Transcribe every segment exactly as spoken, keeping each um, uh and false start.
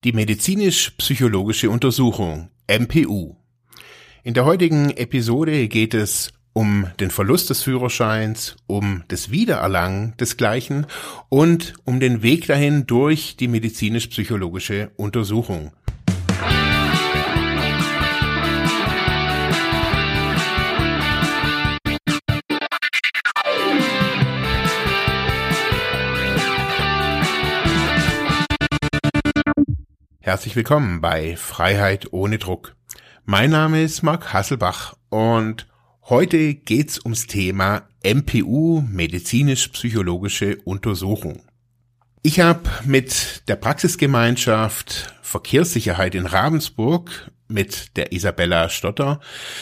Die medizinisch-psychologische Untersuchung, M P U. In der heutigen Episode geht es um den Verlust des Führerscheins, um das Wiedererlangen desgleichen und um den Weg dahin durch die medizinisch-psychologische Untersuchung. Herzlich willkommen bei Freiheit ohne Druck. Mein Name ist Marc Hasselbach und heute geht's ums Thema M P U, medizinisch-psychologische Untersuchung. Ich habe mit der Praxisgemeinschaft Verkehrssicherheit in Ravensburg, mit der Isabella Stotter,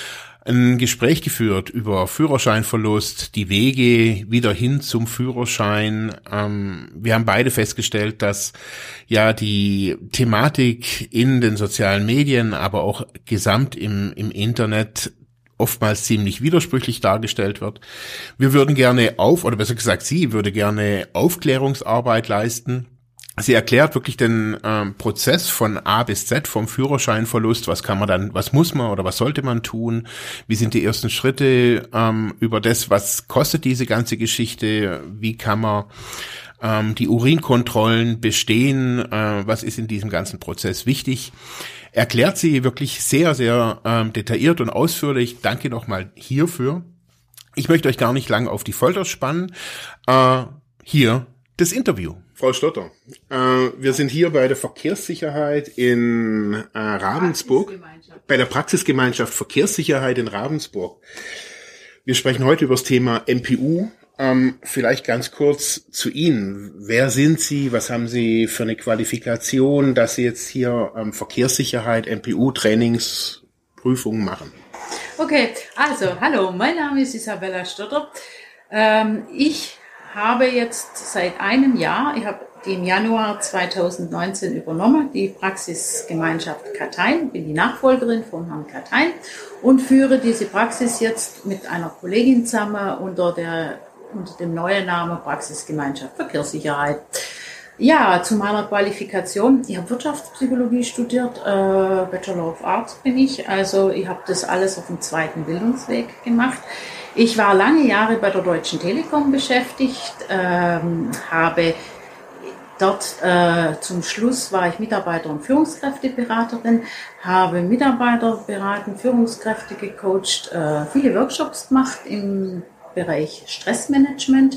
ein Gespräch geführt über Führerscheinverlust, die Wege wieder hin zum Führerschein. Ähm, wir haben beide festgestellt, dass ja die Thematik in den sozialen Medien, aber auch gesamt im, im Internet oftmals ziemlich widersprüchlich dargestellt wird. Wir würden gerne auf, oder besser gesagt, sie würde gerne Aufklärungsarbeit leisten. Sie erklärt wirklich den ähm, Prozess von A bis Z vom Führerscheinverlust. Was kann man dann, was muss man oder was sollte man tun? Wie sind die ersten Schritte ähm, über das, was kostet diese ganze Geschichte? Wie kann man ähm, die Urinkontrollen bestehen? Äh, was ist in diesem ganzen Prozess wichtig? Erklärt sie wirklich sehr, sehr ähm, detailliert und ausführlich. Danke nochmal hierfür. Ich möchte euch gar nicht lang auf die Folter spannen. Äh, hier das Interview. Frau Stotter, äh, wir sind hier bei der Verkehrssicherheit in äh, Ravensburg, bei der Praxisgemeinschaft Verkehrssicherheit in Ravensburg. Wir sprechen heute über das Thema M P U. Ähm, vielleicht ganz kurz zu Ihnen. Wer sind Sie? Was haben Sie für eine Qualifikation, dass Sie jetzt hier ähm, Verkehrssicherheit, M P U-Trainingsprüfungen machen? Okay, also hallo, mein Name ist Isabella Stotter. Ähm, ich habe jetzt seit einem Jahr, ich habe die im Januar zweitausendneunzehn übernommen, die Praxisgemeinschaft Kathein, bin die Nachfolgerin von Herrn Kathein und führe diese Praxis jetzt mit einer Kollegin zusammen unter, der, unter dem neuen Namen Praxisgemeinschaft Verkehrssicherheit. Ja, zu meiner Qualifikation, ich habe Wirtschaftspsychologie studiert, äh, Bachelor of Arts bin ich, also ich habe das alles auf dem zweiten Bildungsweg gemacht. Ich war lange Jahre bei der Deutschen Telekom beschäftigt, ähm, habe dort äh, zum Schluss war ich Mitarbeiter- und Führungskräfteberaterin, habe Mitarbeiter beraten, Führungskräfte gecoacht, äh, viele Workshops gemacht im Bereich Stressmanagement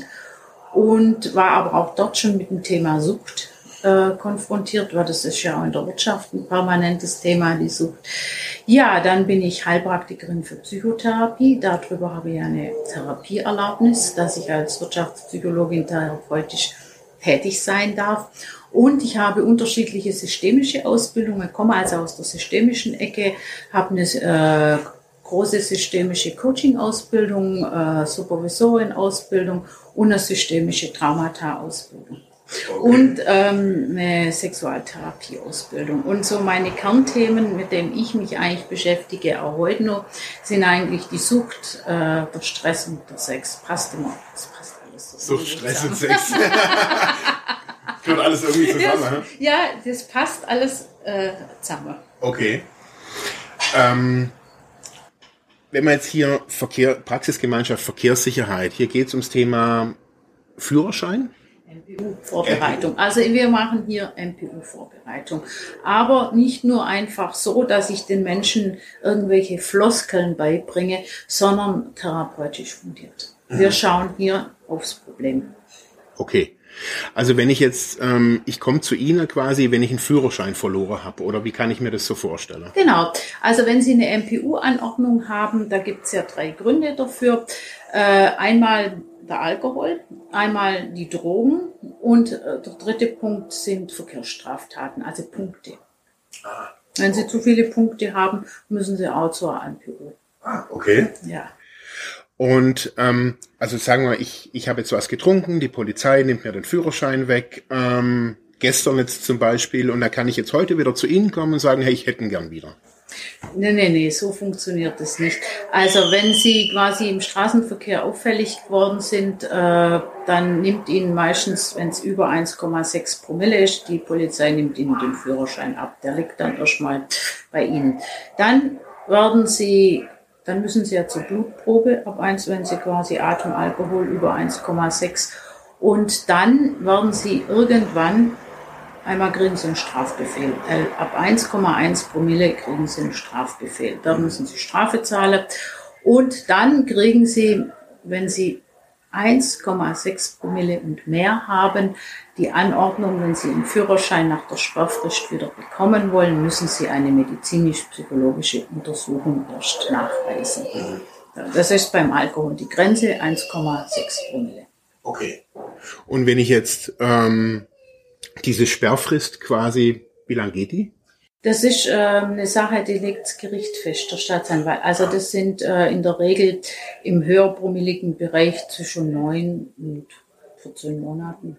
und war aber auch dort schon mit dem Thema Sucht äh, konfrontiert, weil das ist ja auch in der Wirtschaft ein permanentes Thema, die Sucht. Ja, dann bin ich Heilpraktikerin für Psychotherapie. Darüber habe ich eine Therapieerlaubnis, dass ich als Wirtschaftspsychologin therapeutisch tätig sein darf. Und ich habe unterschiedliche systemische Ausbildungen, komme also aus der systemischen Ecke, habe eine äh, große systemische Coaching-Ausbildung, äh, Supervisorin-Ausbildung und eine systemische Traumata-Ausbildung. Okay. Und ähm, eine Sexualtherapie-Ausbildung. Und so meine Kernthemen, mit denen ich mich eigentlich beschäftige, auch heute noch, sind eigentlich die Sucht, äh, der Stress und der Sex. Passt immer, das passt alles so. Sucht, Stress und Sex. Gehört alles irgendwie zusammen, ja, ja, das passt alles äh, zusammen. Okay. Ähm, wenn man jetzt hier Verkehr, Praxisgemeinschaft Verkehrssicherheit, hier geht es ums Thema Führerschein. M P U-Vorbereitung. Also wir machen hier M P U-Vorbereitung. Aber nicht nur einfach so, dass ich den Menschen irgendwelche Floskeln beibringe, sondern therapeutisch fundiert. Wir schauen hier aufs Problem. Okay. Also wenn ich jetzt, ähm, ich komme zu Ihnen quasi, wenn ich einen Führerschein verloren habe, oder wie kann ich mir das so vorstellen? Genau. Also wenn Sie eine M P U-Anordnung haben, da gibt es ja drei Gründe dafür. Äh, einmal der Alkohol, einmal die Drogen und äh, der dritte Punkt sind Verkehrsstraftaten, also Punkte. Ah, Wenn Sie okay. zu viele Punkte haben, müssen Sie auch zur M P U. Ah, okay. Ja. Und ähm, also sagen wir, ich ich habe jetzt was getrunken, die Polizei nimmt mir den Führerschein weg, ähm, gestern jetzt zum Beispiel, und da kann ich jetzt heute wieder zu Ihnen kommen und sagen, hey, ich hätte ihn gern wieder. Nee, nee, nee, so funktioniert das nicht. Also wenn Sie quasi im Straßenverkehr auffällig geworden sind, äh, dann nimmt Ihnen meistens, wenn es über eins Komma sechs Promille ist, die Polizei nimmt Ihnen den Führerschein ab. Der liegt dann erstmal bei Ihnen. Dann werden Sie, dann müssen Sie ja zur Blutprobe ab eins, wenn Sie quasi Atemalkohol über eins Komma sechs, und dann werden Sie irgendwann einmal kriegen Sie einen Strafbefehl. Ab eins Komma eins Promille kriegen Sie einen Strafbefehl. Da müssen Sie Strafe zahlen. Und dann kriegen Sie, wenn Sie eins Komma sechs Promille und mehr haben, die Anordnung, wenn Sie einen Führerschein nach der Sperrfrist wieder bekommen wollen, müssen Sie eine medizinisch-psychologische Untersuchung erst nachweisen. Das ist beim Alkohol die Grenze, eins Komma sechs Promille. Okay. Und wenn ich jetzt ähm diese Sperrfrist quasi, wie lang geht die? Das ist äh, eine Sache, die legt das Gericht fest, der Staatsanwalt. Also das sind äh, in der Regel im höherpromilligen Bereich zwischen neun und vierzehn Monaten.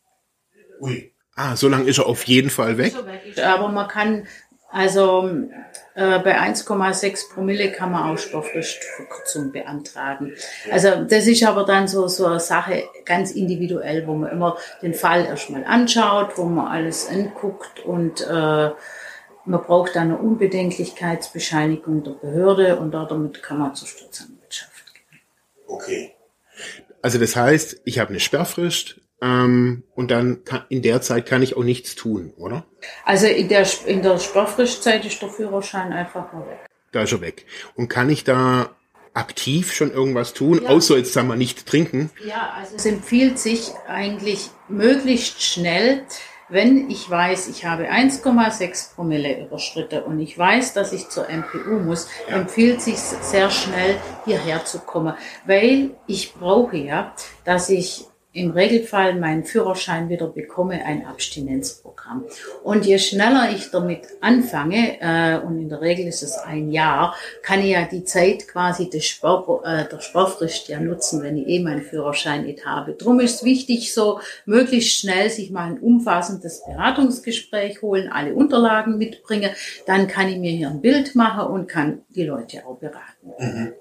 Ui. Ah, so lang ist er auf jeden Fall weg? Aber man kann, also äh, bei eins Komma sechs Promille kann man auch Sperrfristverkürzung beantragen. Also das ist aber dann so, so eine Sache ganz individuell, wo man immer den Fall erstmal anschaut, wo man alles anguckt, und äh, man braucht dann eine Unbedenklichkeitsbescheinigung der Behörde, und damit kann man zur Staatsanwaltschaft gehen. Okay. Also das heißt, ich habe eine Sperrfrist, ähm, und dann kann, in der Zeit kann ich auch nichts tun, oder? Also in der, in der Sperrfristzeit ist der Führerschein einfach mal weg. Da ist er weg. Und kann ich da aktiv schon irgendwas tun, ja. außer jetzt sagen wir nicht trinken? Ja, also es empfiehlt sich eigentlich möglichst schnell, wenn ich weiß, ich habe eins Komma sechs Promille überschritten und ich weiß, dass ich zur M P U muss, ja. empfiehlt sich sehr schnell hierher zu kommen, weil ich brauche ja, dass ich im Regelfall meinen Führerschein wieder bekomme, ein Abstinenzprogramm. Und je schneller ich damit anfange, äh, und in der Regel ist es ein Jahr, kann ich ja die Zeit quasi des Sperr, äh, der Sperrfrist ja nutzen, wenn ich eh meinen Führerschein nicht habe. Drum ist es wichtig, so möglichst schnell sich mal ein umfassendes Beratungsgespräch holen, alle Unterlagen mitbringen, dann kann ich mir hier ein Bild machen und kann die Leute auch beraten. Mhm.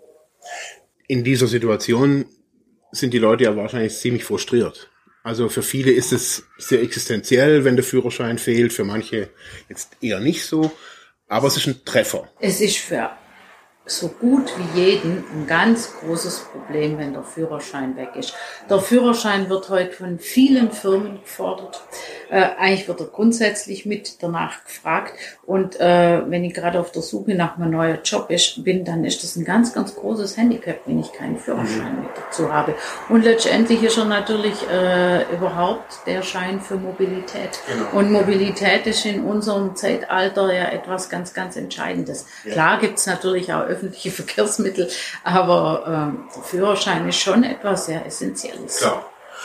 In dieser Situation sind die Leute ja wahrscheinlich ziemlich frustriert. Also für viele ist es sehr existenziell, wenn der Führerschein fehlt, für manche jetzt eher nicht so, aber es ist ein Treffer. Es ist für so gut wie jeden ein ganz großes Problem, wenn der Führerschein weg ist. Der Führerschein wird heute von vielen Firmen gefordert. Äh, eigentlich wird er grundsätzlich mit danach gefragt. Und äh, wenn ich gerade auf der Suche nach einem neuen Job ist, bin, dann ist das ein ganz, ganz großes Handicap, wenn ich keinen Führerschein mit dazu habe. Und letztendlich ist er natürlich äh, überhaupt der Schein für Mobilität. Genau. Und Mobilität ist in unserem Zeitalter ja etwas ganz, ganz Entscheidendes. Ja. Klar gibt's natürlich auch öffentliche Verkehrsmittel, aber ähm, der Führerschein ist schon etwas sehr Essentielles. Klar.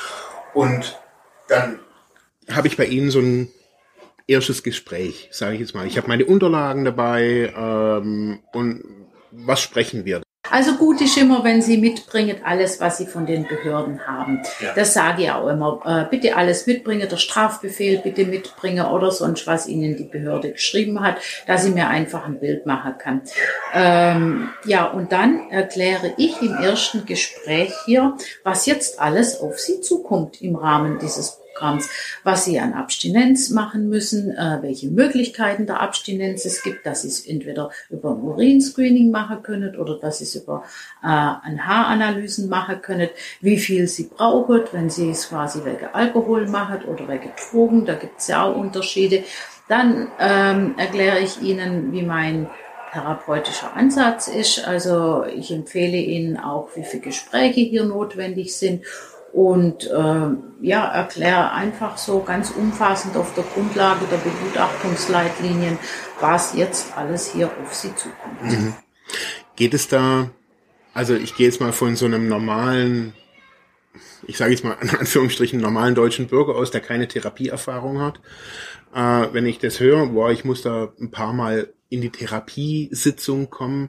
Und dann habe ich bei Ihnen so ein erstes Gespräch, sage ich jetzt mal. Ich habe meine Unterlagen dabei, ähm, und was sprechen wir? Also gut ist immer, wenn Sie mitbringen, alles, was Sie von den Behörden haben. Ja. Das sage ich auch immer. Äh, bitte alles mitbringen, der Strafbefehl bitte mitbringen oder sonst, was Ihnen die Behörde geschrieben hat, dass ich mir einfach ein Bild machen kann. Ähm, ja, und dann erkläre ich im ersten Gespräch hier, was jetzt alles auf Sie zukommt im Rahmen dieses Programms, was Sie an Abstinenz machen müssen, äh, welche Möglichkeiten der Abstinenz es gibt, dass Sie es entweder über ein Urinscreening machen können oder dass Sie es über äh, ein Haaranalysen machen können, wie viel Sie brauchen, wenn Sie es quasi wegen Alkohol machen oder wegen Drogen, da gibt es ja auch Unterschiede. Dann ähm, erkläre ich Ihnen, wie mein therapeutischer Ansatz ist. Also ich empfehle Ihnen auch, wie viele Gespräche hier notwendig sind. Und äh, ja, erkläre einfach so ganz umfassend auf der Grundlage der Begutachtungsleitlinien, was jetzt alles hier auf Sie zukommt. Mhm. Geht es da, also ich gehe jetzt mal von so einem normalen, ich sage jetzt mal in Anführungsstrichen normalen deutschen Bürger aus, der keine Therapieerfahrung hat. Äh, wenn ich das höre, boah, ich muss da ein paar Mal in die Therapiesitzung kommen.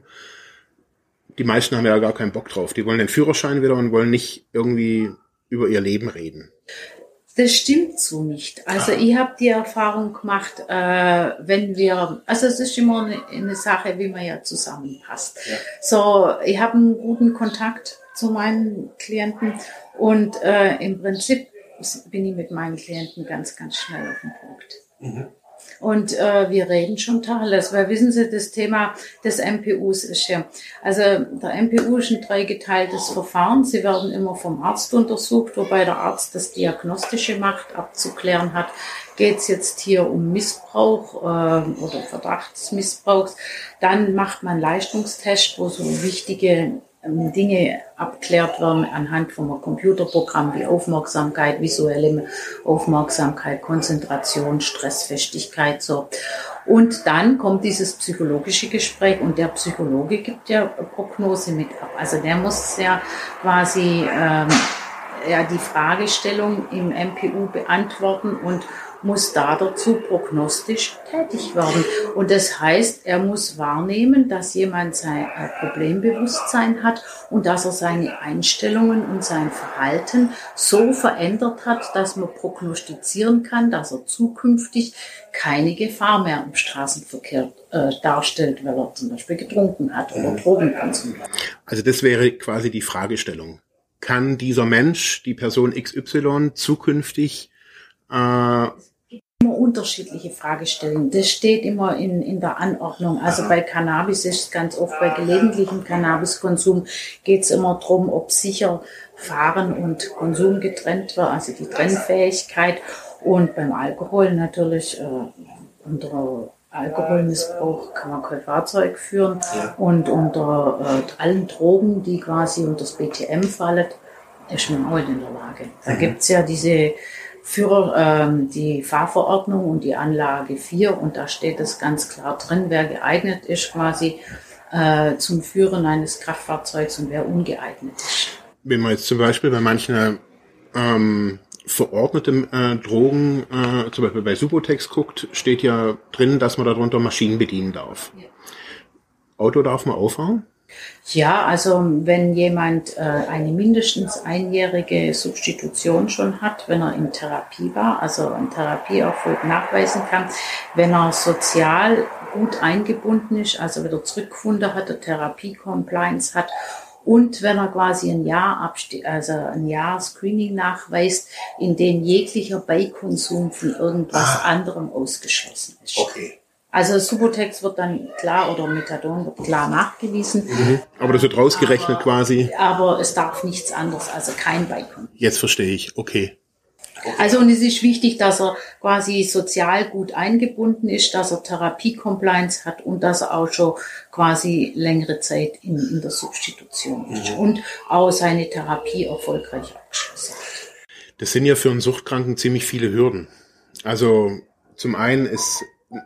Die meisten haben ja gar keinen Bock drauf. Die wollen den Führerschein wieder und wollen nicht irgendwie über ihr Leben reden. Das stimmt so nicht. Also ich habe die Erfahrung gemacht, äh, wenn wir, also es ist immer eine, eine Sache, wie man ja zusammenpasst. Ja. So, ich habe einen guten Kontakt zu meinen Klienten und äh, im Prinzip bin ich mit meinen Klienten ganz, ganz schnell auf den Punkt. Mhm. Und äh, wir reden schon Tacheles, weil wissen Sie, das Thema des M P Us ist ja, also der M P U ist ein dreigeteiltes Verfahren. Sie werden immer vom Arzt untersucht, wobei der Arzt das Diagnostische macht, abzuklären hat, geht es jetzt hier um Missbrauch äh, oder Verdacht des Missbrauchs. Dann macht man Leistungstest, wo so wichtige Dinge abklärt werden anhand von einem Computerprogramm wie Aufmerksamkeit, visuelle Aufmerksamkeit, Konzentration, Stressfestigkeit, so. Und dann kommt dieses psychologische Gespräch und der Psychologe gibt ja Prognose mit ab. Also der muss ja quasi ähm, ja, die Fragestellung im M P U beantworten und muss da dazu prognostisch tätig werden. Und das heißt, er muss wahrnehmen, dass jemand sein Problembewusstsein hat und dass er seine Einstellungen und sein Verhalten so verändert hat, dass man prognostizieren kann, dass er zukünftig keine Gefahr mehr im Straßenverkehr äh, darstellt, weil er zum Beispiel getrunken hat oder Drogen konsumiert. Also das wäre quasi die Fragestellung. Kann dieser Mensch, die Person X Y, zukünftig äh, immer unterschiedliche Fragestellungen. Das steht immer in, in der Anordnung. Also bei Cannabis ist es ganz oft, bei gelegentlichem Cannabiskonsum geht es immer darum, ob sicher Fahren und Konsum getrennt wird, also die Trennfähigkeit. Und beim Alkohol natürlich, äh, unter Alkoholmissbrauch kann man kein Fahrzeug führen. Ja. Und unter äh, allen Drogen, die quasi unter das B T M fallen, ist man auch nicht in der Lage. Da mhm. gibt's ja diese Führer, ähm, die Fahrverordnung und die Anlage vier und da steht es ganz klar drin, wer geeignet ist quasi äh, zum Führen eines Kraftfahrzeugs und wer ungeeignet ist. Wenn man jetzt zum Beispiel bei manchen ähm, verordneten äh, Drogen, äh, zum Beispiel bei Subutex guckt, steht ja drin, dass man darunter Maschinen bedienen darf. Ja. Auto darf man auffahren? Ja, also wenn jemand äh, eine mindestens einjährige Substitution schon hat, wenn er in Therapie war, also einen Therapieerfolg nachweisen kann, wenn er sozial gut eingebunden ist, also wieder zurückgefunden hat, eine Therapie-Compliance hat und wenn er quasi ein Jahr Abste- also ein Jahr Screening nachweist, in dem jeglicher Beikonsum von irgendwas ah. anderem ausgeschlossen ist. Okay. Also Subutex wird dann klar oder Methadon wird klar nachgewiesen. Mhm. Aber das wird rausgerechnet aber, quasi. Aber es darf nichts anderes, also kein Beikonsum. Jetzt verstehe ich, okay. okay. Also und es ist wichtig, dass er quasi sozial gut eingebunden ist, dass er Therapie-Compliance hat und dass er auch schon quasi längere Zeit in, in der Substitution ist mhm. und auch seine Therapie erfolgreich abgeschlossen hat. Das sind ja für einen Suchtkranken ziemlich viele Hürden. Also zum einen ist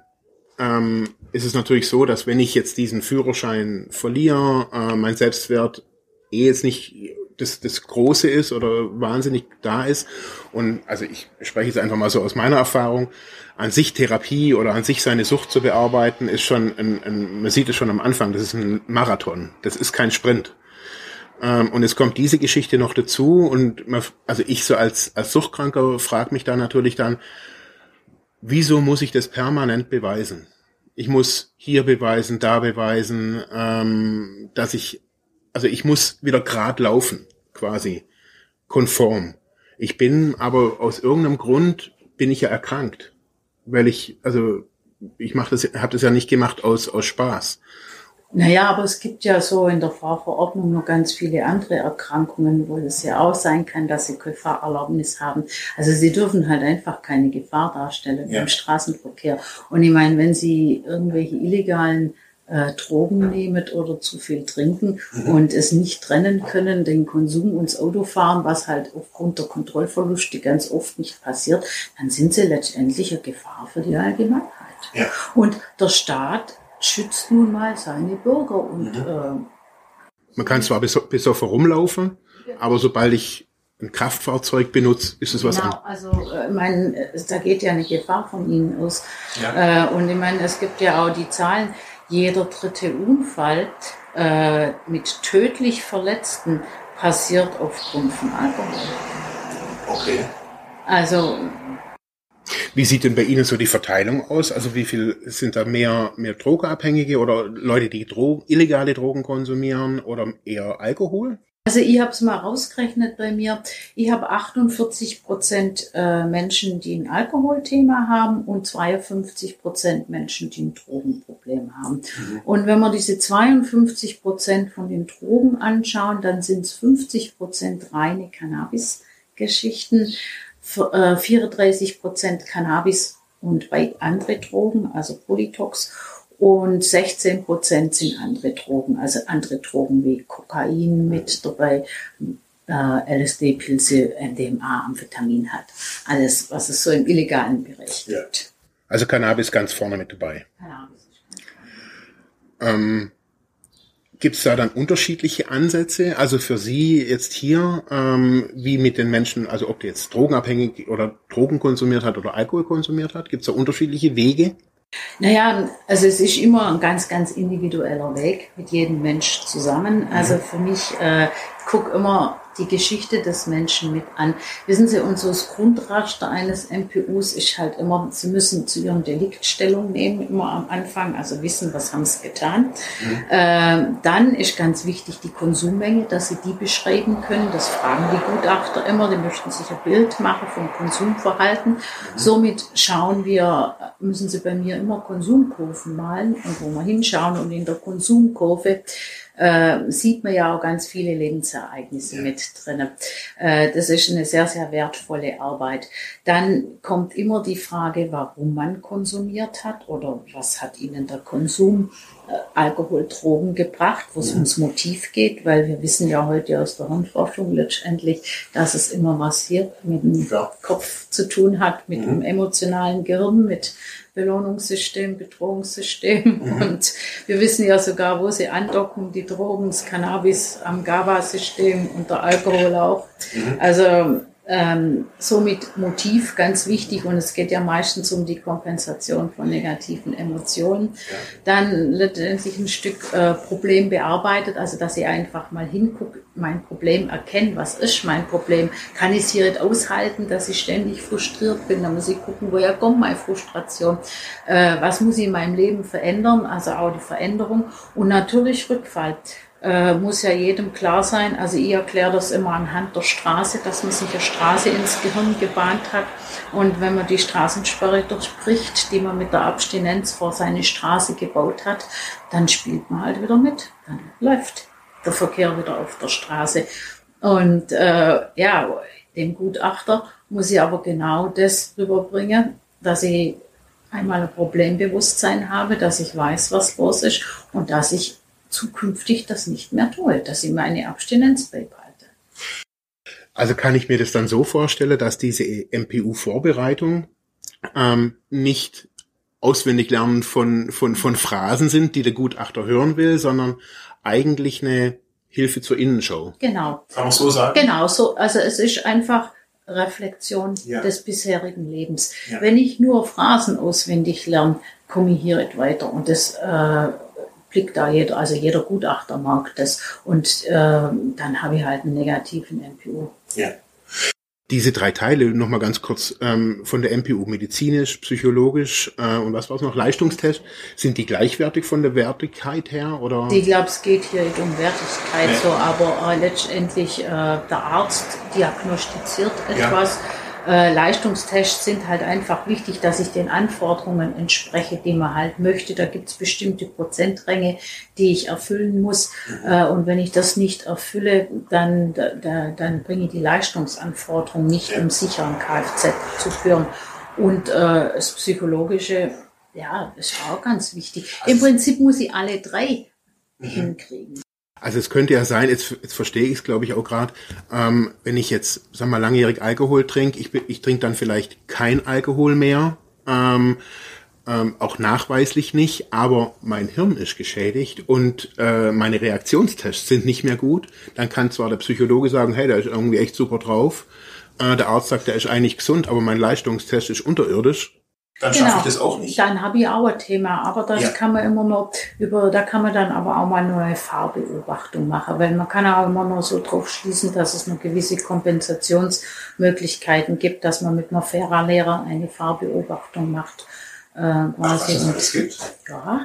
Ähm, ist es natürlich so, dass wenn ich jetzt diesen Führerschein verliere, äh, mein Selbstwert eh jetzt nicht das, das Große ist oder wahnsinnig da ist. Und also ich spreche jetzt einfach mal so aus meiner Erfahrung, an sich Therapie oder an sich seine Sucht zu bearbeiten, ist schon, ein, ein, man sieht es schon am Anfang, das ist ein Marathon, das ist kein Sprint. Ähm, und es kommt diese Geschichte noch dazu und man, also ich so als, als Suchtkranker frage mich da natürlich dann, wieso muss ich das permanent beweisen? Ich muss hier beweisen, da beweisen, ähm, dass ich, also ich muss wieder gerade laufen, quasi, konform. Ich bin aber aus irgendeinem Grund, bin ich ja erkrankt, weil ich, also ich mache das, habe das ja nicht gemacht aus aus Spaß. Naja, aber es gibt ja so in der Fahrverordnung noch ganz viele andere Erkrankungen, wo es ja auch sein kann, dass sie keine Fahrerlaubnis haben. Also sie dürfen halt einfach keine Gefahr darstellen ja. im Straßenverkehr. Und ich meine, wenn sie irgendwelche illegalen äh, Drogen nehmen oder zu viel trinken mhm. und es nicht trennen können, den Konsum und das Autofahren, was halt aufgrund der Kontrollverluste ganz oft nicht passiert, dann sind sie letztendlich eine Gefahr für die Allgemeinheit. Ja. Und der Staat schützt nun mal seine Bürger. Und mhm. äh, man kann zwar bis, bis auf rumlaufen, aber sobald ich ein Kraftfahrzeug benutze, ist es was genau, anderes. Also ich meine, da geht ja eine Gefahr von ihnen aus. Ja. Äh, und ich meine, es gibt ja auch die Zahlen, jeder dritte Unfall äh, mit tödlich Verletzten passiert aufgrund von Alkohol. Okay. Also wie sieht denn bei Ihnen so die Verteilung aus? Also wie viel sind da mehr mehr Drogenabhängige oder Leute, die Drogen, illegale Drogen konsumieren oder eher Alkohol? Also ich habe es mal rausgerechnet bei mir. Ich habe achtundvierzig Prozent äh, Menschen, die ein Alkoholthema haben und zweiundfünfzig Prozent Menschen, die ein Drogenproblem haben. Mhm. Und wenn wir diese zweiundfünfzig Prozent von den Drogen anschauen, dann sind es fünfzig Prozent reine Cannabis-Geschichten, äh, vierunddreißig Prozent Cannabis und bei andere Drogen, also Polytox. Und sechzehn Prozent sind andere Drogen, also andere Drogen wie Kokain mit dabei, äh, L S D-Pilze, M D M A, Amphetamin hat. Alles, was es so im illegalen Bereich ja. gibt. Also Cannabis ganz vorne mit dabei. Cannabis ist ganz vorne. Ähm, Gibt es da dann unterschiedliche Ansätze? Also für Sie jetzt hier, ähm, wie mit den Menschen, also ob der jetzt drogenabhängig oder Drogen konsumiert hat oder Alkohol konsumiert hat, gibt es da unterschiedliche Wege? Naja, also es ist immer ein ganz, ganz individueller Weg mit jedem Mensch zusammen. Also für mich, äh, guck immer die Geschichte des Menschen mit an. Wissen Sie, und so das Grundraster eines M P Us ist halt immer, Sie müssen zu Ihrem Delikt Stellung nehmen, immer am Anfang, also wissen, was haben Sie getan. Mhm. Äh, dann ist ganz wichtig die Konsummenge, dass Sie die beschreiben können. Das fragen die Gutachter immer, die möchten sich ein Bild machen vom Konsumverhalten. Mhm. Somit schauen wir, müssen Sie bei mir immer Konsumkurven malen und wo wir hinschauen und in der Konsumkurve Äh, sieht man ja auch ganz viele Lebensereignisse ja. mit drin. Äh, das ist eine sehr, sehr wertvolle Arbeit. Dann kommt immer die Frage, warum man konsumiert hat oder was hat Ihnen der Konsum äh, Alkohol, Drogen gebracht, wo es ja. ums Motiv geht, weil wir wissen ja heute aus der Hirnforschung letztendlich, dass es immer was hier mit dem ja. Kopf zu tun hat, mit mhm. dem emotionalen Gehirn, mit Belohnungssystem, Bedrohungssystem mhm. und wir wissen ja sogar, wo sie andocken, die Drogen, das Cannabis am GABA-System und der Alkohol auch. Mhm. Also ähm, somit Motiv ganz wichtig und es geht ja meistens um die Kompensation von negativen Emotionen. Ja. Dann letztendlich ein Stück äh, Problem bearbeitet, also dass ich einfach mal hingucke, mein Problem erkennen, was ist mein Problem, kann ich es hier nicht aushalten, dass ich ständig frustriert bin, dann muss ich gucken, woher kommt meine Frustration, äh, was muss ich in meinem Leben verändern, also auch die Veränderung und natürlich Rückfall. Äh, muss ja jedem klar sein, also ich erkläre das immer anhand der Straße, dass man sich eine Straße ins Gehirn gebahnt hat und wenn man die Straßensperre durchbricht, die man mit der Abstinenz vor seine Straße gebaut hat, dann spielt man halt wieder mit, dann läuft der Verkehr wieder auf der Straße und äh, ja, dem Gutachter muss ich aber genau das rüberbringen, dass ich einmal ein Problembewusstsein habe, dass ich weiß, was los ist und dass ich zukünftig das nicht mehr tue, dass ich meine Abstinenz beibehalte. Also kann ich mir das dann so vorstellen, dass diese M P U-Vorbereitung ähm, nicht auswendig lernen von, von, von Phrasen sind, die der Gutachter hören will, sondern eigentlich eine Hilfe zur Innenschau. Genau. Kann man so sagen? Genau, so, also es ist einfach Reflexion ja. des bisherigen Lebens. Ja. Wenn ich nur Phrasen auswendig lerne, komme ich hier nicht weiter und das äh, blickt da jeder, also jeder Gutachter mag das und äh, dann habe ich halt einen negativen M P U. Ja. Diese drei Teile, nochmal ganz kurz, ähm, von der M P U, medizinisch, psychologisch äh, und was war es noch, Leistungstest, sind die gleichwertig von der Wertigkeit her? Oder? Ich glaube, es geht hier nicht um Wertigkeit, nee. so, aber äh, letztendlich äh, der Arzt diagnostiziert etwas. Ja. Äh, Leistungstests sind halt einfach wichtig, dass ich den Anforderungen entspreche, die man halt möchte. Da gibt es bestimmte Prozentränge, die ich erfüllen muss. Mhm. Äh, und wenn ich das nicht erfülle, dann, da, dann bringe ich die Leistungsanforderungen nicht, um sicher ein Kfz zu führen. Und äh, das Psychologische, ja, ist auch ganz wichtig. Im Prinzip muss ich alle drei mhm. hinkriegen. Also es könnte ja sein, jetzt, jetzt verstehe ich es, glaube ich, auch gerade, ähm, wenn ich jetzt, sagen wir mal, langjährig Alkohol trinke, ich, ich trinke dann vielleicht kein Alkohol mehr, ähm, ähm, auch nachweislich nicht, aber mein Hirn ist geschädigt und äh, meine Reaktionstests sind nicht mehr gut, dann kann zwar der Psychologe sagen, hey, der ist irgendwie echt super drauf, äh, der Arzt sagt, der ist eigentlich gesund, aber mein Leistungstest ist unterirdisch. Dann genau. schaffe ich das auch nicht. Dann habe ich auch ein Thema, aber das ja. kann man immer noch über, da kann man dann aber auch mal eine neue Fahrbeobachtung machen, weil man kann auch immer noch so drauf schließen, dass es noch gewisse Kompensationsmöglichkeiten gibt, dass man mit einer Fahrerlehrer eine Fahrbeobachtung macht. Äh, Ach, was es alles gibt? Ja.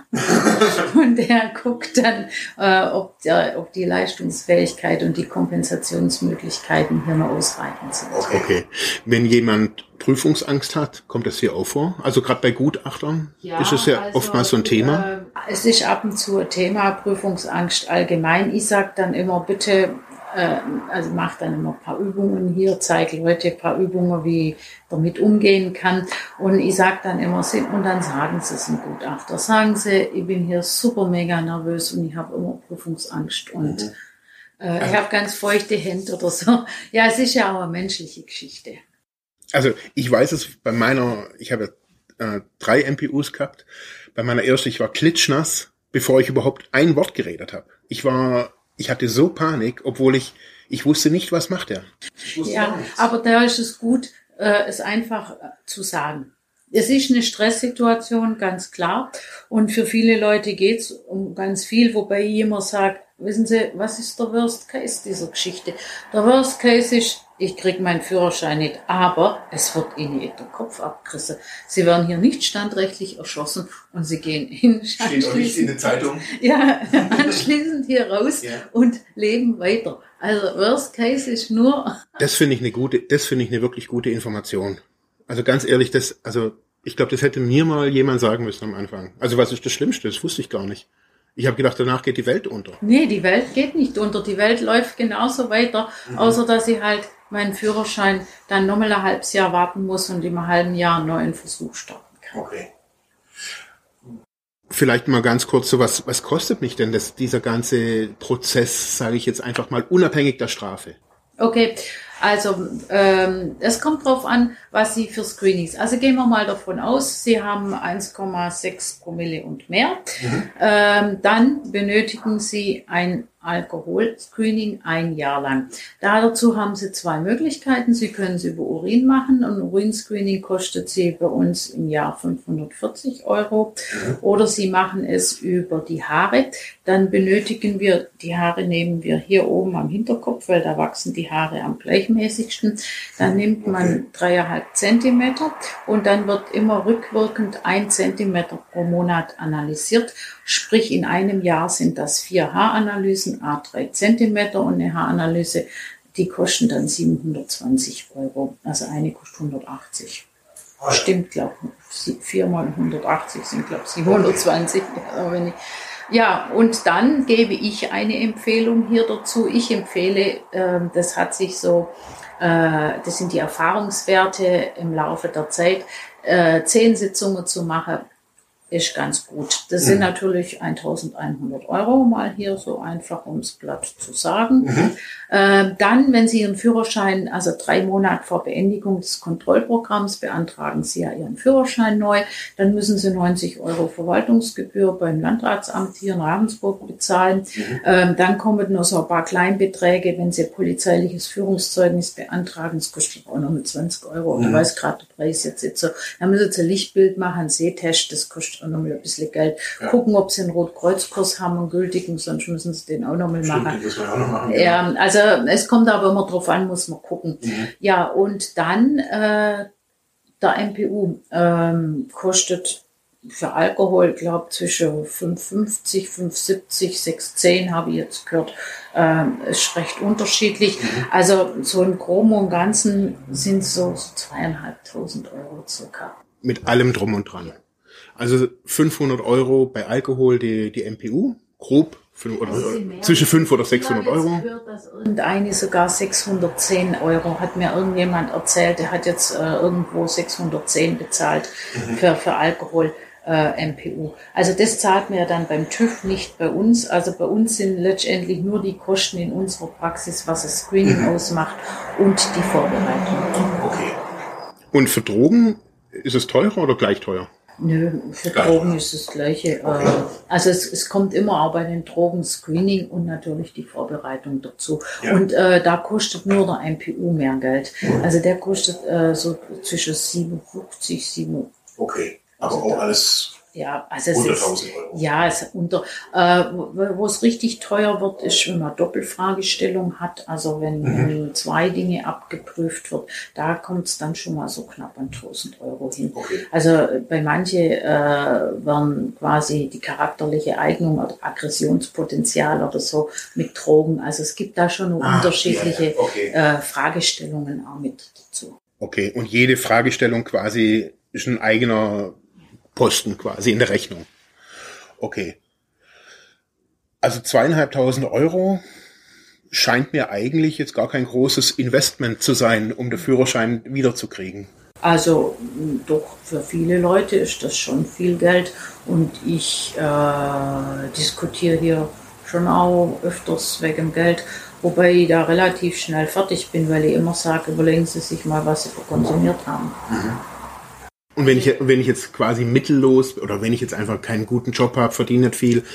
Und der guckt dann, äh, ob, der, ob die Leistungsfähigkeit und die Kompensationsmöglichkeiten hier noch ausreichend sind. Okay. okay. Wenn jemand Prüfungsangst hat, kommt das hier auch vor? Also gerade bei Gutachtern ja, ist es ja also, oftmals so ein Thema? Äh, es ist ab und zu ein Thema, Prüfungsangst allgemein. Ich sage dann immer, bitte, äh, also mach dann immer ein paar Übungen hier, zeige Leute ein paar Übungen, wie damit umgehen kann. Und ich sage dann immer, und dann sagen sie es im Gutachter. Sagen sie, ich bin hier super mega nervös und ich habe immer Prüfungsangst und mhm. äh, ich habe ganz feuchte Hände oder so. Ja, es ist ja auch eine menschliche Geschichte. Also ich weiß es bei meiner, ich habe äh, drei M P Us gehabt. Bei meiner ersten, ich war klitschnass, bevor ich überhaupt ein Wort geredet habe. Ich war, ich hatte so Panik, obwohl ich, ich wusste nicht, was macht er. Ja, aber da ist es gut, äh, es einfach äh, zu sagen. Es ist eine Stresssituation, ganz klar. Und für viele Leute geht's um ganz viel, wobei ich immer sage, wissen Sie, was ist der Worst Case dieser Geschichte? Der Worst Case ist, ich kriege meinen Führerschein nicht, aber es wird Ihnen der Kopf abgerissen. Sie werden hier nicht standrechtlich erschossen und Sie gehen in Steht auch nicht in der Zeitung. Ja, anschließend hier raus ja. und leben weiter. Also Worst Case ist nur. Das finde ich eine gute, das finde ich eine wirklich gute Information. Also ganz ehrlich, das, also ich glaube, das hätte mir mal jemand sagen müssen am Anfang. Also was ist das Schlimmste? Das wusste ich gar nicht. Ich habe gedacht, danach geht die Welt unter. Nee, die Welt geht nicht unter. Die Welt läuft genauso weiter, mhm. außer dass ich halt meinen Führerschein dann nochmal ein halbes Jahr warten muss und im halben Jahr einen neuen Versuch starten kann. Okay. Vielleicht mal ganz kurz so, was, was kostet mich denn das, dieser ganze Prozess, sage ich jetzt einfach mal, unabhängig der Strafe? Okay, also ähm, es kommt drauf an, was Sie für Screenings. Also gehen wir mal davon aus, Sie haben eins Komma sechs Promille und mehr. Mhm. Ähm, dann benötigen Sie ein Alkoholscreening ein Jahr lang. Dazu haben Sie zwei Möglichkeiten. Sie können es über Urin machen. Ein Urinscreening kostet Sie bei uns im Jahr fünfhundertvierzig Euro. Mhm. Oder Sie machen es über die Haare. Dann benötigen wir, die Haare nehmen wir hier oben am Hinterkopf, weil da wachsen die Haare am gleichmäßigsten. Dann nimmt man dreieinhalb Zentimeter und dann wird immer rückwirkend ein Zentimeter pro Monat analysiert. Sprich, in einem Jahr sind das vier Haaranalysen, a drei Zentimeter und eine Haaranalyse, die kosten dann siebenhundertzwanzig Euro. Also eine kostet hundertachtzig. Stimmt, glaube ich. vier mal hundertachtzig sind, glaube ich, siebenhundertzwanzig. Ja, und dann gebe ich eine Empfehlung hier dazu. Ich empfehle, äh, das hat sich so, äh, das sind die Erfahrungswerte im Laufe der Zeit, äh, zehn Sitzungen zu machen, ist ganz gut. Das mhm. sind natürlich eintausendeinhundert Euro, mal hier so einfach ums Blatt zu sagen. Mhm. Äh, dann, wenn Sie Ihren Führerschein, also drei Monate vor Beendigung des Kontrollprogramms, beantragen Sie ja Ihren Führerschein neu, dann müssen Sie neunzig Euro Verwaltungsgebühr beim Landratsamt hier in Ravensburg bezahlen. Mhm. Ähm, dann kommen noch so ein paar Kleinbeträge, wenn Sie polizeiliches Führungszeugnis beantragen, das kostet auch noch mit zwanzig Euro. Mhm. Ich weiß gerade der Preis jetzt nicht so. Dann müssen Sie ein Lichtbild machen, einen Sehtest, das kostet auch noch mal ein bisschen Geld. Ja. Gucken, ob Sie einen Rotkreuzkurs haben, einen gültigen, sonst müssen Sie den auch noch mal machen. Stimmt, das wir auch noch machen. Ja, also es kommt aber immer drauf an, muss man gucken. Mhm. Ja, und dann äh, der M P U ähm, kostet für Alkohol, glaube zwischen fünf fünfzig, fünf siebzig, sechs zehn habe ich jetzt gehört. Ähm, ist recht unterschiedlich. Mhm. Also so im Groben und Ganzen sind so zweieinhalbtausend Euro circa. Mit allem drum und dran. Also fünfhundert Euro bei Alkohol die, die M P U, grob. Fünf oder, zwischen fünf oder sechshundert Euro. Ich habe gehört, dass irgendeine sogar sechshundertzehn Euro, hat mir irgendjemand erzählt, der hat jetzt äh, irgendwo sechshundertzehn bezahlt mhm. für, für Alkohol äh, M P U. Also das zahlt mir dann beim TÜV, nicht bei uns. Also bei uns sind letztendlich nur die Kosten in unserer Praxis, was das Screening mhm. ausmacht und die Vorbereitung. Okay. Und für Drogen ist es teurer oder gleich teuer? Nö, für Drogen ist das Gleiche. Okay. Also es, es kommt immer auch bei den Drogen Screening und natürlich die Vorbereitung dazu. Ja. Und äh, da kostet nur der M P U mehr Geld. Also der kostet äh, so zwischen siebenundfünfzig, Okay, aber Also auch da- alles Ja, also es unter ist, tausend Euro. ja, es unter, äh, wo, wo es richtig teuer wird, ist, wenn man Doppelfragestellung hat, also wenn, Mhm. wenn zwei Dinge abgeprüft wird, da kommt es dann schon mal so knapp an tausend Euro hin. Okay. Also bei manche äh, werden quasi die charakterliche Eignung oder Aggressionspotenzial oder so mit Drogen, also es gibt da schon Ah, unterschiedliche ja, ja. Okay. äh, Fragestellungen auch mit dazu. Okay, und jede Fragestellung quasi ist ein eigener Posten quasi in der Rechnung. Okay. Also zweieinhalbtausend Euro scheint mir eigentlich jetzt gar kein großes Investment zu sein, um den Führerschein wiederzukriegen. Also mh, doch, für viele Leute ist das schon viel Geld und ich äh, diskutiere hier schon auch öfters wegen Geld, wobei ich da relativ schnell fertig bin, weil ich immer sage, überlegen Sie sich mal, was Sie konsumiert haben. Und wenn ich, wenn ich jetzt quasi mittellos oder wenn ich jetzt einfach keinen guten Job habe, verdiene nicht viel,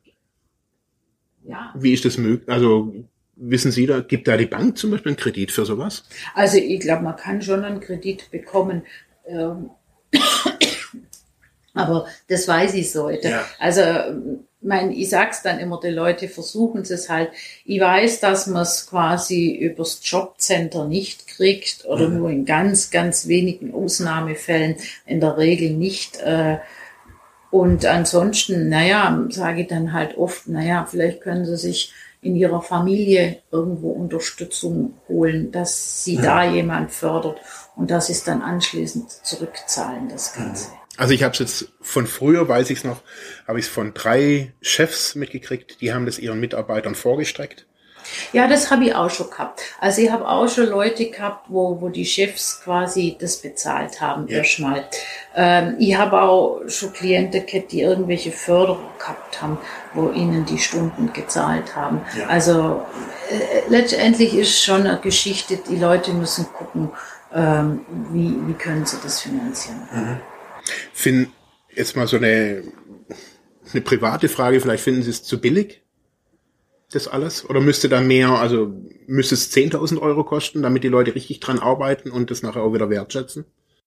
Ja. wie ist das möglich? Also wissen Sie da, gibt da die Bank zum Beispiel einen Kredit für sowas? Also ich glaube, man kann schon einen Kredit bekommen, ähm, aber das weiß ich so. Ja. Also mein, ich sag's dann immer, die Leute versuchen es halt. Ich weiß, dass man es quasi übers Jobcenter nicht kriegt oder Mhm. nur in ganz, ganz wenigen Ausnahmefällen, in der Regel nicht. Äh, und ansonsten, naja, sage ich dann halt oft, naja, vielleicht können Sie sich in Ihrer Familie irgendwo Unterstützung holen, dass Sie Mhm. da jemand fördert und dass Sie es dann anschließend zurückzahlen, das Ganze. Also ich habe es jetzt von früher, weiß ich es noch, habe ich es von drei Chefs mitgekriegt, die haben das ihren Mitarbeitern vorgestreckt. Ja, das habe ich auch schon gehabt. Also ich habe auch schon Leute gehabt, wo, wo die Chefs quasi das bezahlt haben Ja. erstmal. Ähm, ich habe auch schon Klienten gehabt, die irgendwelche Förderung gehabt haben, wo ihnen die Stunden gezahlt haben. Ja. Also äh, letztendlich ist schon eine Geschichte, die Leute müssen gucken, ähm, wie, wie können sie das finanzieren. Mhm. Finden, jetzt mal so eine, eine private Frage, vielleicht finden Sie es zu billig, das alles? Oder müsste da mehr, also müsste es zehntausend Euro kosten, damit die Leute richtig dran arbeiten und das nachher auch wieder wertschätzen?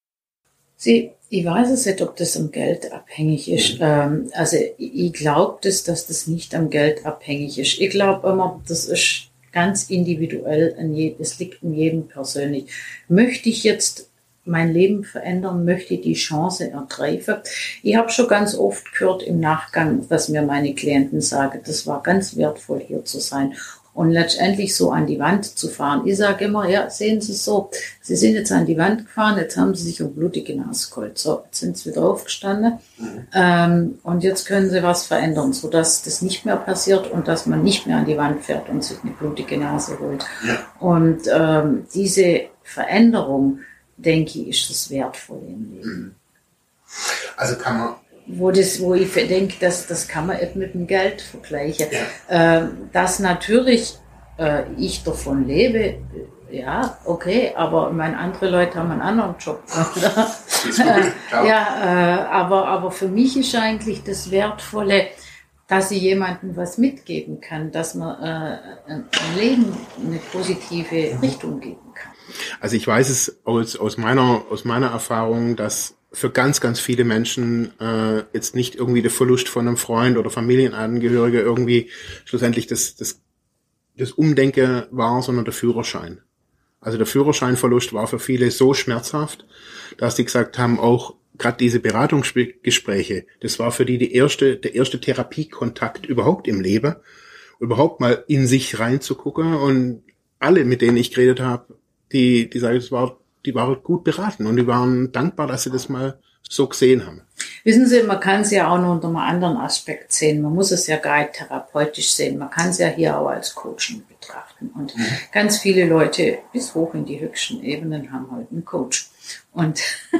Sie, ich weiß es nicht, ob das am Geld abhängig ist. Mhm. Ähm, also ich, ich glaube, das, dass das nicht am Geld abhängig ist. Ich glaube immer, das ist ganz individuell, an je, es liegt in jedem persönlich. Möchte ich jetzt mein Leben verändern, möchte die Chance ergreifen. Ich habe schon ganz oft gehört im Nachgang, dass mir meine Klienten sagen, das war ganz wertvoll, hier zu sein und letztendlich so an die Wand zu fahren. Ich sage immer, ja, sehen Sie so, Sie sind jetzt an die Wand gefahren, jetzt haben Sie sich um blutige Nase geholt. So, jetzt sind Sie wieder aufgestanden Mhm. ähm, und jetzt können Sie was verändern, sodass das nicht mehr passiert und dass man nicht mehr an die Wand fährt und sich eine blutige Nase holt. Ja. Und ähm, diese Veränderung, denke ich, ist das Wertvolle im Leben. Also kann man, Wo, das, wo ich denke, dass, das kann man nicht mit dem Geld vergleichen. Ja. Ähm, dass natürlich äh, ich davon lebe, äh, ja, okay, aber meine, andere Leute haben einen anderen Job. ist gut, klar. ja, äh, aber, aber für mich ist eigentlich das Wertvolle, dass ich jemandem was mitgeben kann, dass man äh, ein Leben eine positive Richtung geben kann. Also ich weiß es aus, aus meiner, aus meiner Erfahrung, dass für ganz, ganz viele Menschen äh, jetzt nicht irgendwie der Verlust von einem Freund oder Familienangehörige irgendwie schlussendlich das, das, das Umdenken war, sondern der Führerschein. Also der Führerscheinverlust war für viele so schmerzhaft, dass die gesagt haben, auch gerade diese Beratungsgespräche, das war für die, die erste, der erste Therapiekontakt überhaupt im Leben, überhaupt mal in sich reinzugucken. Und alle, mit denen ich geredet habe, die, die sagen, das war, die waren gut beraten und die waren dankbar, dass sie das mal so gesehen haben. Wissen Sie, man kann es ja auch noch unter einem anderen Aspekt sehen. Man muss es ja gar nicht therapeutisch sehen. Man kann es ja hier auch als Coaching betrachten. Und mhm. ganz viele Leute bis hoch in die höchsten Ebenen haben halt einen Coach. Und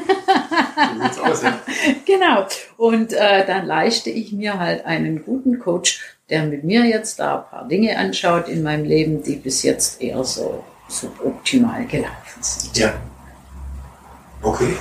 so aus, ja. Genau. Und äh, dann leiste ich mir halt einen guten Coach, der mit mir jetzt da ein paar Dinge anschaut in meinem Leben, die bis jetzt eher so suboptimal gelaufen sind. Ja. Okay.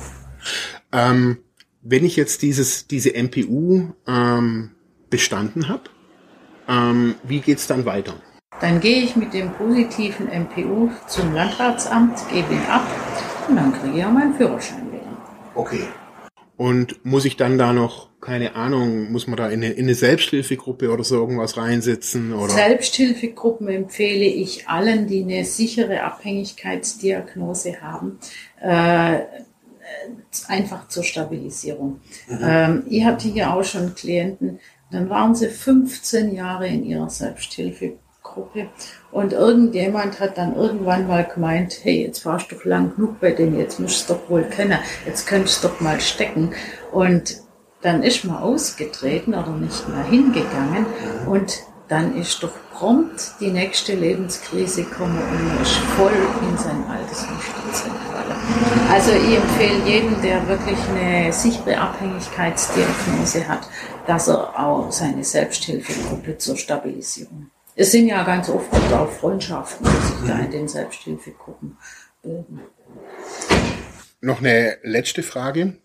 Ähm, wenn ich jetzt dieses diese M P U ähm, bestanden habe, ähm, wie geht's dann weiter? Dann gehe ich mit dem positiven M P U zum Landratsamt, gebe ihn ab und dann kriege ich auch meinen Führerschein wieder. Okay. Und muss ich dann da noch, keine Ahnung, muss man da in eine, in eine Selbsthilfegruppe oder so irgendwas reinsetzen? Oder? Selbsthilfegruppen empfehle ich allen, die eine sichere Abhängigkeitsdiagnose haben, äh, einfach zur Stabilisierung. Mhm. Ähm, ich hatte hier auch schon Klienten, dann waren sie fünfzehn Jahre in ihrer Selbsthilfegruppe und irgendjemand hat dann irgendwann mal gemeint, hey, jetzt warst du doch lang genug bei denen, jetzt musst du es doch wohl kennen, jetzt könntest du doch mal stecken. Und dann ist man ausgetreten oder nicht mehr hingegangen und dann ist doch prompt die nächste Lebenskrise gekommen und man ist voll in sein altes Muster gefallen. Also ich empfehle jedem, der wirklich eine sichere Abhängigkeitsdiagnose hat, dass er auch seine Selbsthilfegruppe zur Stabilisierung. Es sind ja ganz oft auch Freundschaften, die sich da in den Selbsthilfegruppen bilden. Noch eine letzte Frage.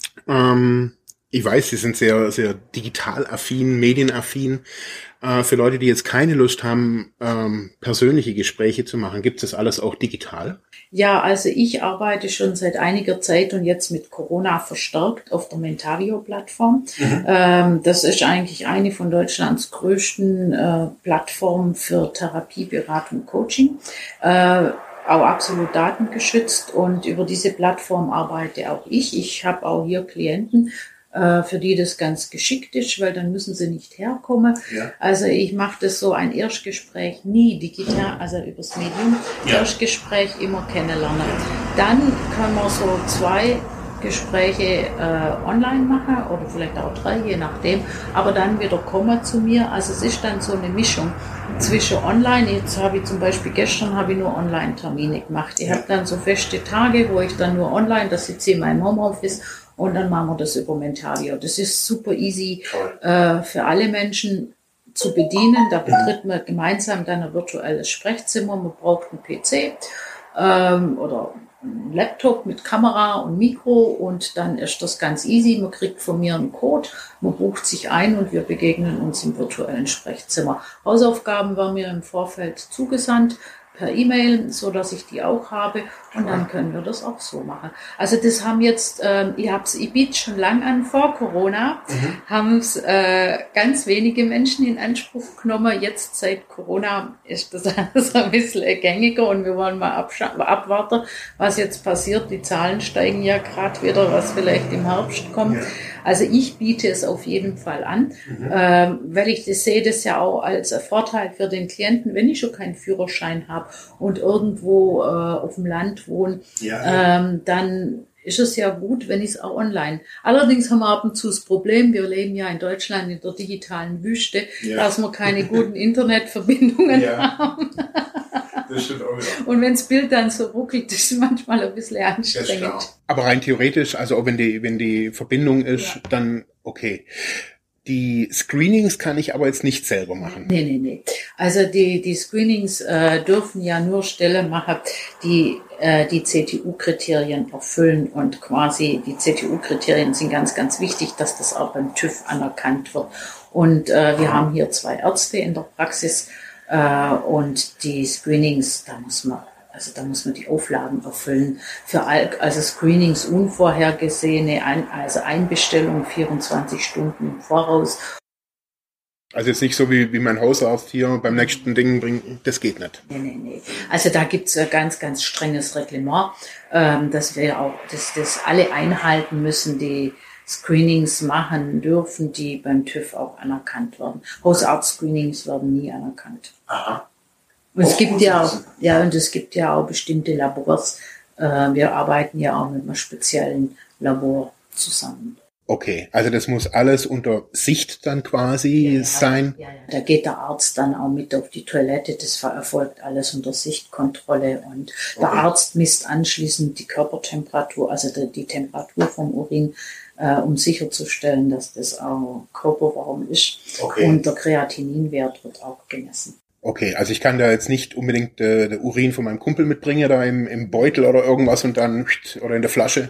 Ähm, ich weiß, Sie sind sehr, sehr digital affin, medienaffin. Äh, für Leute, die jetzt keine Lust haben, ähm, persönliche Gespräche zu machen, gibt es das alles auch digital? Ja, also ich arbeite schon seit einiger Zeit und jetzt mit Corona verstärkt auf der Mentavio-Plattform. Mhm. Ähm, das ist eigentlich eine von Deutschlands größten äh, Plattformen für Therapie, Beratung, Coaching. Äh, auch absolut datengeschützt und über diese Plattform arbeite auch ich. Ich habe auch hier Klienten, für die das ganz geschickt ist, weil dann müssen sie nicht herkommen. Ja. Also ich mache das so, ein Erstgespräch nie digital, also übers Medium, ja. Erstgespräch immer kennenlernen. Dann können wir so zwei Gespräche äh, online machen oder vielleicht auch drei, je nachdem, aber dann wieder kommen zu mir. Also es ist dann so eine Mischung zwischen online, jetzt habe ich zum Beispiel, gestern habe ich nur Online-Termine gemacht. Ich ja. habe dann so feste Tage, wo ich dann nur online, das sitze ich in meinem Homeoffice und dann machen wir das über Mentavio. Das ist super easy äh, für alle Menschen zu bedienen. Da betritt man gemeinsam dann ein virtuelles Sprechzimmer. Man braucht einen P C ähm, oder einen Laptop mit Kamera und Mikro und dann ist das ganz easy. Man kriegt von mir einen Code, man bucht sich ein und wir begegnen uns im virtuellen Sprechzimmer. Hausaufgaben werden mir im Vorfeld zugesandt per E-Mail, so dass ich die auch habe und dann können wir das auch so machen. Also das haben jetzt, ähm, ich hab's, ich biete schon lang an, vor Corona mhm. haben es äh, ganz wenige Menschen in Anspruch genommen. Jetzt seit Corona ist das alles ein bisschen gängiger und wir wollen mal abscha- abwarten, was jetzt passiert. Die Zahlen steigen ja gerade wieder, was vielleicht im Herbst kommt. Ja. Also ich biete es auf jeden Fall an, mhm. ähm, weil ich das sehe, das ja auch als Vorteil für den Klienten, wenn ich schon keinen Führerschein habe und irgendwo äh, auf dem Land wohne, ja. ähm, dann ist es ja gut, wenn ich es auch online. Allerdings haben wir ab und zu das Problem, wir leben ja in Deutschland in der digitalen Wüste, ja. dass wir keine guten Internetverbindungen ja. haben. Das stimmt auch wieder. Und wenn das Bild dann so ruckelt, ist es manchmal ein bisschen anstrengend. Aber rein theoretisch, also auch wenn die, wenn die Verbindung ist, ja. dann okay. Die Screenings kann ich aber jetzt nicht selber machen. Nee, nee, nee. Also die, die Screenings äh, dürfen ja nur Stellen machen, die äh, die C T U-Kriterien erfüllen und quasi die C T U-Kriterien sind ganz, ganz wichtig, dass das auch beim TÜV anerkannt wird. Und äh, wir haben hier zwei Ärzte in der Praxis, Uh, und die Screenings, da muss man, also da muss man die Auflagen erfüllen. Für all, also Screenings unvorhergesehene, ein, also Einbestellung vierundzwanzig Stunden im Voraus. Also jetzt nicht so wie, wie mein Hausarzt hier beim nächsten Ding bringt, das geht nicht. Nee, nee, nee. Also da gibt's ein ganz, ganz strenges Reglement, ähm, dass wir auch, dass das alle einhalten müssen, die Screenings machen dürfen, die beim TÜV auch anerkannt werden. Hausarzt-Screenings werden nie anerkannt. Aha. Und es gibt ja auch, ja, und es gibt ja auch bestimmte Labors. Äh, wir arbeiten ja auch mit einem speziellen Labor zusammen. Okay, also das muss alles unter Sicht dann quasi ja, ja, sein? Ja, ja, da geht der Arzt dann auch mit auf die Toilette, das erfolgt alles unter Sichtkontrolle und okay. Der Arzt misst anschließend die Körpertemperatur, also die, die Temperatur vom Urin, äh, um sicherzustellen, dass das auch körperwarm ist. Okay. Und der Kreatininwert wird auch gemessen. Okay, also ich kann da jetzt nicht unbedingt äh, der Urin von meinem Kumpel mitbringen, da im, im Beutel oder irgendwas und dann oder in der Flasche.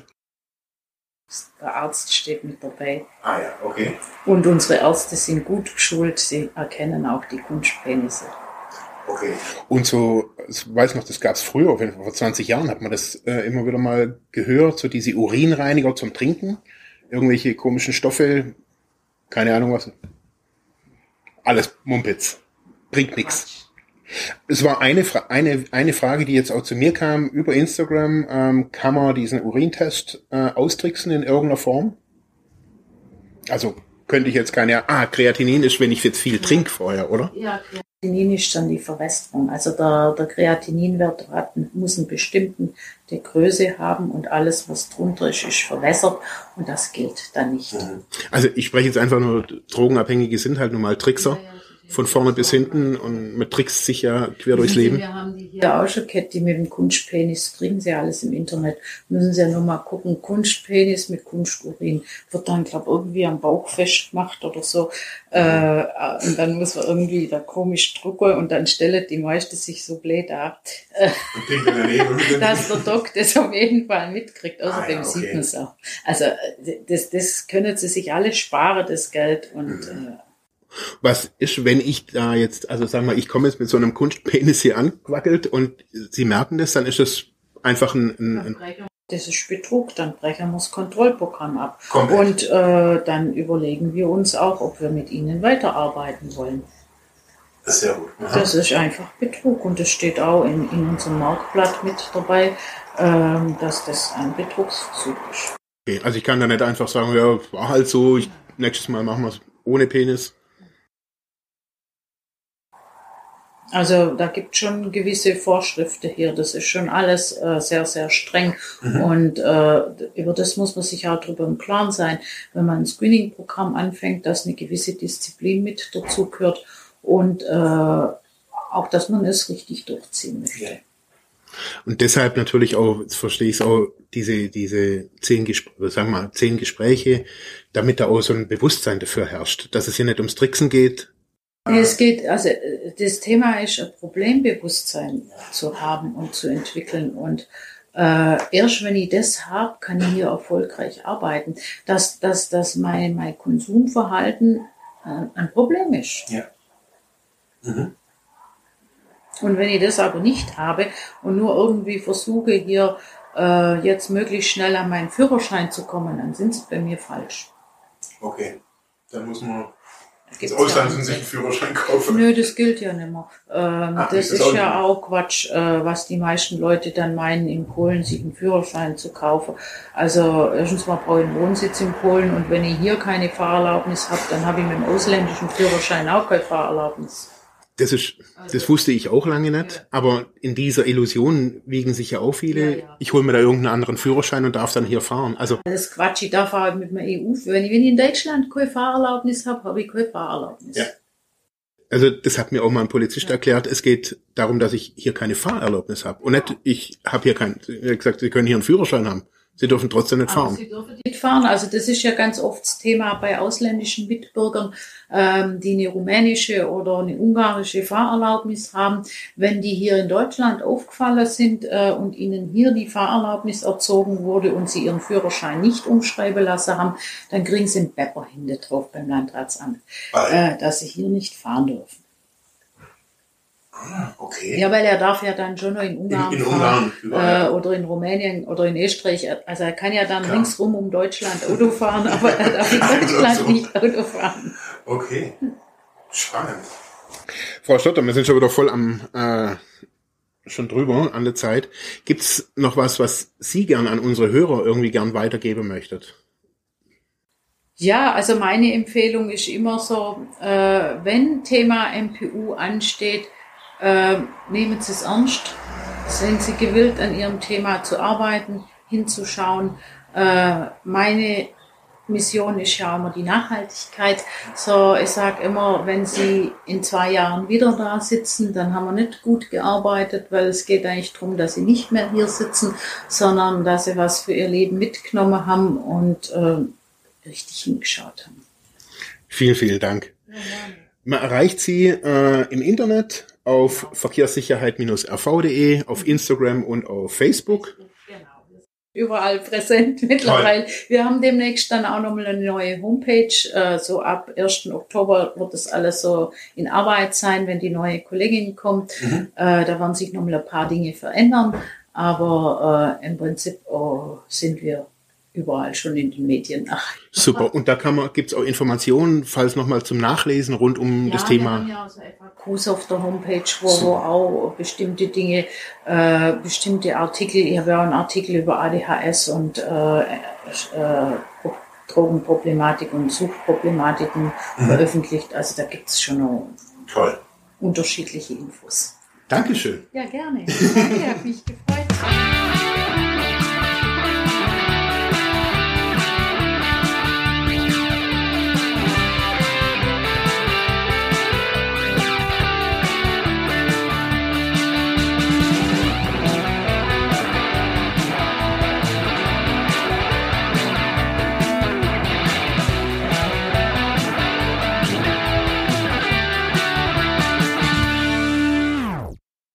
Der Arzt steht mit dabei. Ah ja, okay. Und unsere Ärzte sind gut geschult, sie erkennen auch die Kunstpenisse. Okay. Und so, ich weiß noch, das gab's früher, vor zwanzig Jahren hat man das äh, immer wieder mal gehört, so diese Urinreiniger zum Trinken. irgendwelche komischen Stoffe, keine Ahnung was. Alles Mumpitz. Bringt nichts. Es war eine, Fra- eine, eine Frage, die jetzt auch zu mir kam über Instagram. Ähm, kann man diesen Urintest äh, austricksen in irgendeiner Form? Also könnte ich jetzt keine... Ah, Kreatinin ist, wenn ich jetzt viel trinke vorher, oder? Ja, Kreatinin ist dann die Verwässerung. Also der, der Kreatininwert hat, muss einen bestimmten die Größe haben und alles, was drunter ist, ist verwässert und das gilt dann nicht. Also ich spreche jetzt einfach nur, Drogenabhängige sind halt nun mal Trickser. Ja, ja. Von vorne bis hinten und man trickst sich ja quer durchs Leben. Wir haben die hier auch schon gehabt, die mit dem Kunstpenis, kriegen sie alles im Internet. Müssen sie ja nur mal gucken, Kunstpenis mit Kunsturin wird dann, glaube ich, irgendwie am Bauch festgemacht oder so. Äh, und dann muss man irgendwie da komisch drucken und dann stellen die meisten sich so blöd ab, äh, dass der Doc das auf jeden Fall mitkriegt. Außerdem ah, ja, okay. Sieht man es auch. Also das, das können sie sich alle sparen, das Geld. Und äh, was ist, wenn ich da jetzt, also sagen wir, ich komme jetzt mit so einem Kunstpenis hier angewackelt und Sie merken das, dann ist das einfach ein... ein, ein das ist Betrug, dann brechen wir das Kontrollprogramm ab. Komplett. Und äh, dann überlegen wir uns auch, ob wir mit Ihnen weiterarbeiten wollen. Das ist sehr gut. Aha. Das ist einfach Betrug und das steht auch in, in unserem Marktblatt mit dabei, ähm, dass das ein Betrugsversuch ist. Okay, also ich kann da nicht einfach sagen, ja, war halt so, ich, nächstes Mal machen wir es ohne Penis. Also da gibt es schon gewisse Vorschriften hier. Das ist schon alles äh, sehr, sehr streng. Mhm. Und äh, über das muss man sich auch drüber im Klaren sein, wenn man ein Screening-Programm anfängt, dass eine gewisse Disziplin mit dazu gehört und äh, auch, dass man es richtig durchziehen möchte. Und deshalb natürlich auch, jetzt verstehe ich es auch, diese, diese zehn Gespräche, sagen wir mal, zehn Gespräche, damit da auch so ein Bewusstsein dafür herrscht, dass es hier nicht ums Tricksen geht. Es geht, also das Thema ist, ein Problembewusstsein zu haben und zu entwickeln. Und äh, erst wenn ich das habe, kann ich hier erfolgreich arbeiten. Dass, dass, dass mein, mein Konsumverhalten äh, ein Problem ist. Ja. Mhm. Und wenn ich das aber nicht habe und nur irgendwie versuche, hier äh, jetzt möglichst schnell an meinen Führerschein zu kommen, dann sind sie bei mir falsch. Okay, dann muss man... Das Ausland sind sich einen Führerschein kaufen. Nö, das gilt ja nicht mehr. Ähm, Ach, das ist, ist ja auch Quatsch, äh, was die meisten Leute dann meinen, in Polen sich einen Führerschein zu kaufen. Also erstens mal brauche ich einen Wohnsitz in Polen und wenn ich hier keine Fahrerlaubnis habe, dann habe ich mit dem ausländischen Führerschein auch keine Fahrerlaubnis. Das ist, das wusste ich auch lange nicht, ja. Aber in dieser Illusion wiegen sich ja auch viele. Ja, ja. Ich hole mir da irgendeinen anderen Führerschein und darf dann hier fahren. Also das ist Quatsch, ich darf auch mit dem E U, wenn ich, wenn ich in Deutschland keine Fahrerlaubnis habe, habe ich keine Fahrerlaubnis. Ja. Also das hat mir auch mal ein Polizist ja. erklärt. Es geht darum, dass ich hier keine Fahrerlaubnis habe und nicht, ich habe hier keinen. Er hat gesagt, Sie können hier einen Führerschein haben. Sie dürfen trotzdem nicht fahren. Aber Sie dürfen nicht fahren. Also das ist ja ganz oft das Thema bei ausländischen Mitbürgern, ähm, die eine rumänische oder eine ungarische Fahrerlaubnis haben. Wenn die hier in Deutschland aufgefallen sind äh, und ihnen hier die Fahrerlaubnis erzogen wurde und sie ihren Führerschein nicht umschreiben lassen haben, dann kriegen sie einen Pepper hinten drauf beim Landratsamt, äh, dass sie hier nicht fahren dürfen. Ah, okay. Ja, weil er darf ja dann schon noch in Ungarn in, in fahren Ungarn, äh, oder in Rumänien oder in Österreich. Also er kann ja dann Klar. ringsrum um Deutschland Auto fahren, aber er darf in Deutschland so. nicht Auto fahren. Okay, spannend. Frau Stotter, wir sind schon wieder voll am äh, schon drüber an der Zeit. Gibt's noch was, was Sie gern an unsere Hörer irgendwie gern weitergeben möchtet? Ja, also meine Empfehlung ist immer so, äh, wenn Thema M P U ansteht, Äh, nehmen Sie es ernst, sind Sie gewillt, an Ihrem Thema zu arbeiten, hinzuschauen. Äh, meine Mission ist ja immer die Nachhaltigkeit. So, ich sage immer, wenn Sie in zwei Jahren wieder da sitzen, dann haben wir nicht gut gearbeitet, weil es geht eigentlich darum, dass Sie nicht mehr hier sitzen, sondern dass Sie was für Ihr Leben mitgenommen haben und äh, richtig hingeschaut haben. Vielen, vielen Dank. Ja, man erreicht Sie äh, im Internet auf verkehrssicherheit Bindestrich r v punkt d e, auf Instagram und auf Facebook. Genau. Überall präsent mittlerweile. Toll. Wir haben demnächst dann auch nochmal eine neue Homepage. Äh, so ab ersten Oktober wird das alles so in Arbeit sein, wenn die neue Kollegin kommt. Mhm. Äh, da werden sich nochmal ein paar Dinge verändern. Aber äh, im Prinzip oh, sind wir überall schon in den Medien nach. Super. Und da kann man, gibt's auch Informationen, falls nochmal zum Nachlesen rund um ja, das Thema. Wir haben ja also F A Qs auf der Homepage, wo, wo auch bestimmte Dinge, äh, bestimmte Artikel, ich habe ja auch einen Artikel über A D H S und äh, äh, Drogenproblematik und Suchtproblematiken mhm. veröffentlicht. Also da gibt es schon noch Toll. unterschiedliche Infos. Dankeschön. Ja, gerne. Danke, hat mich gefreut.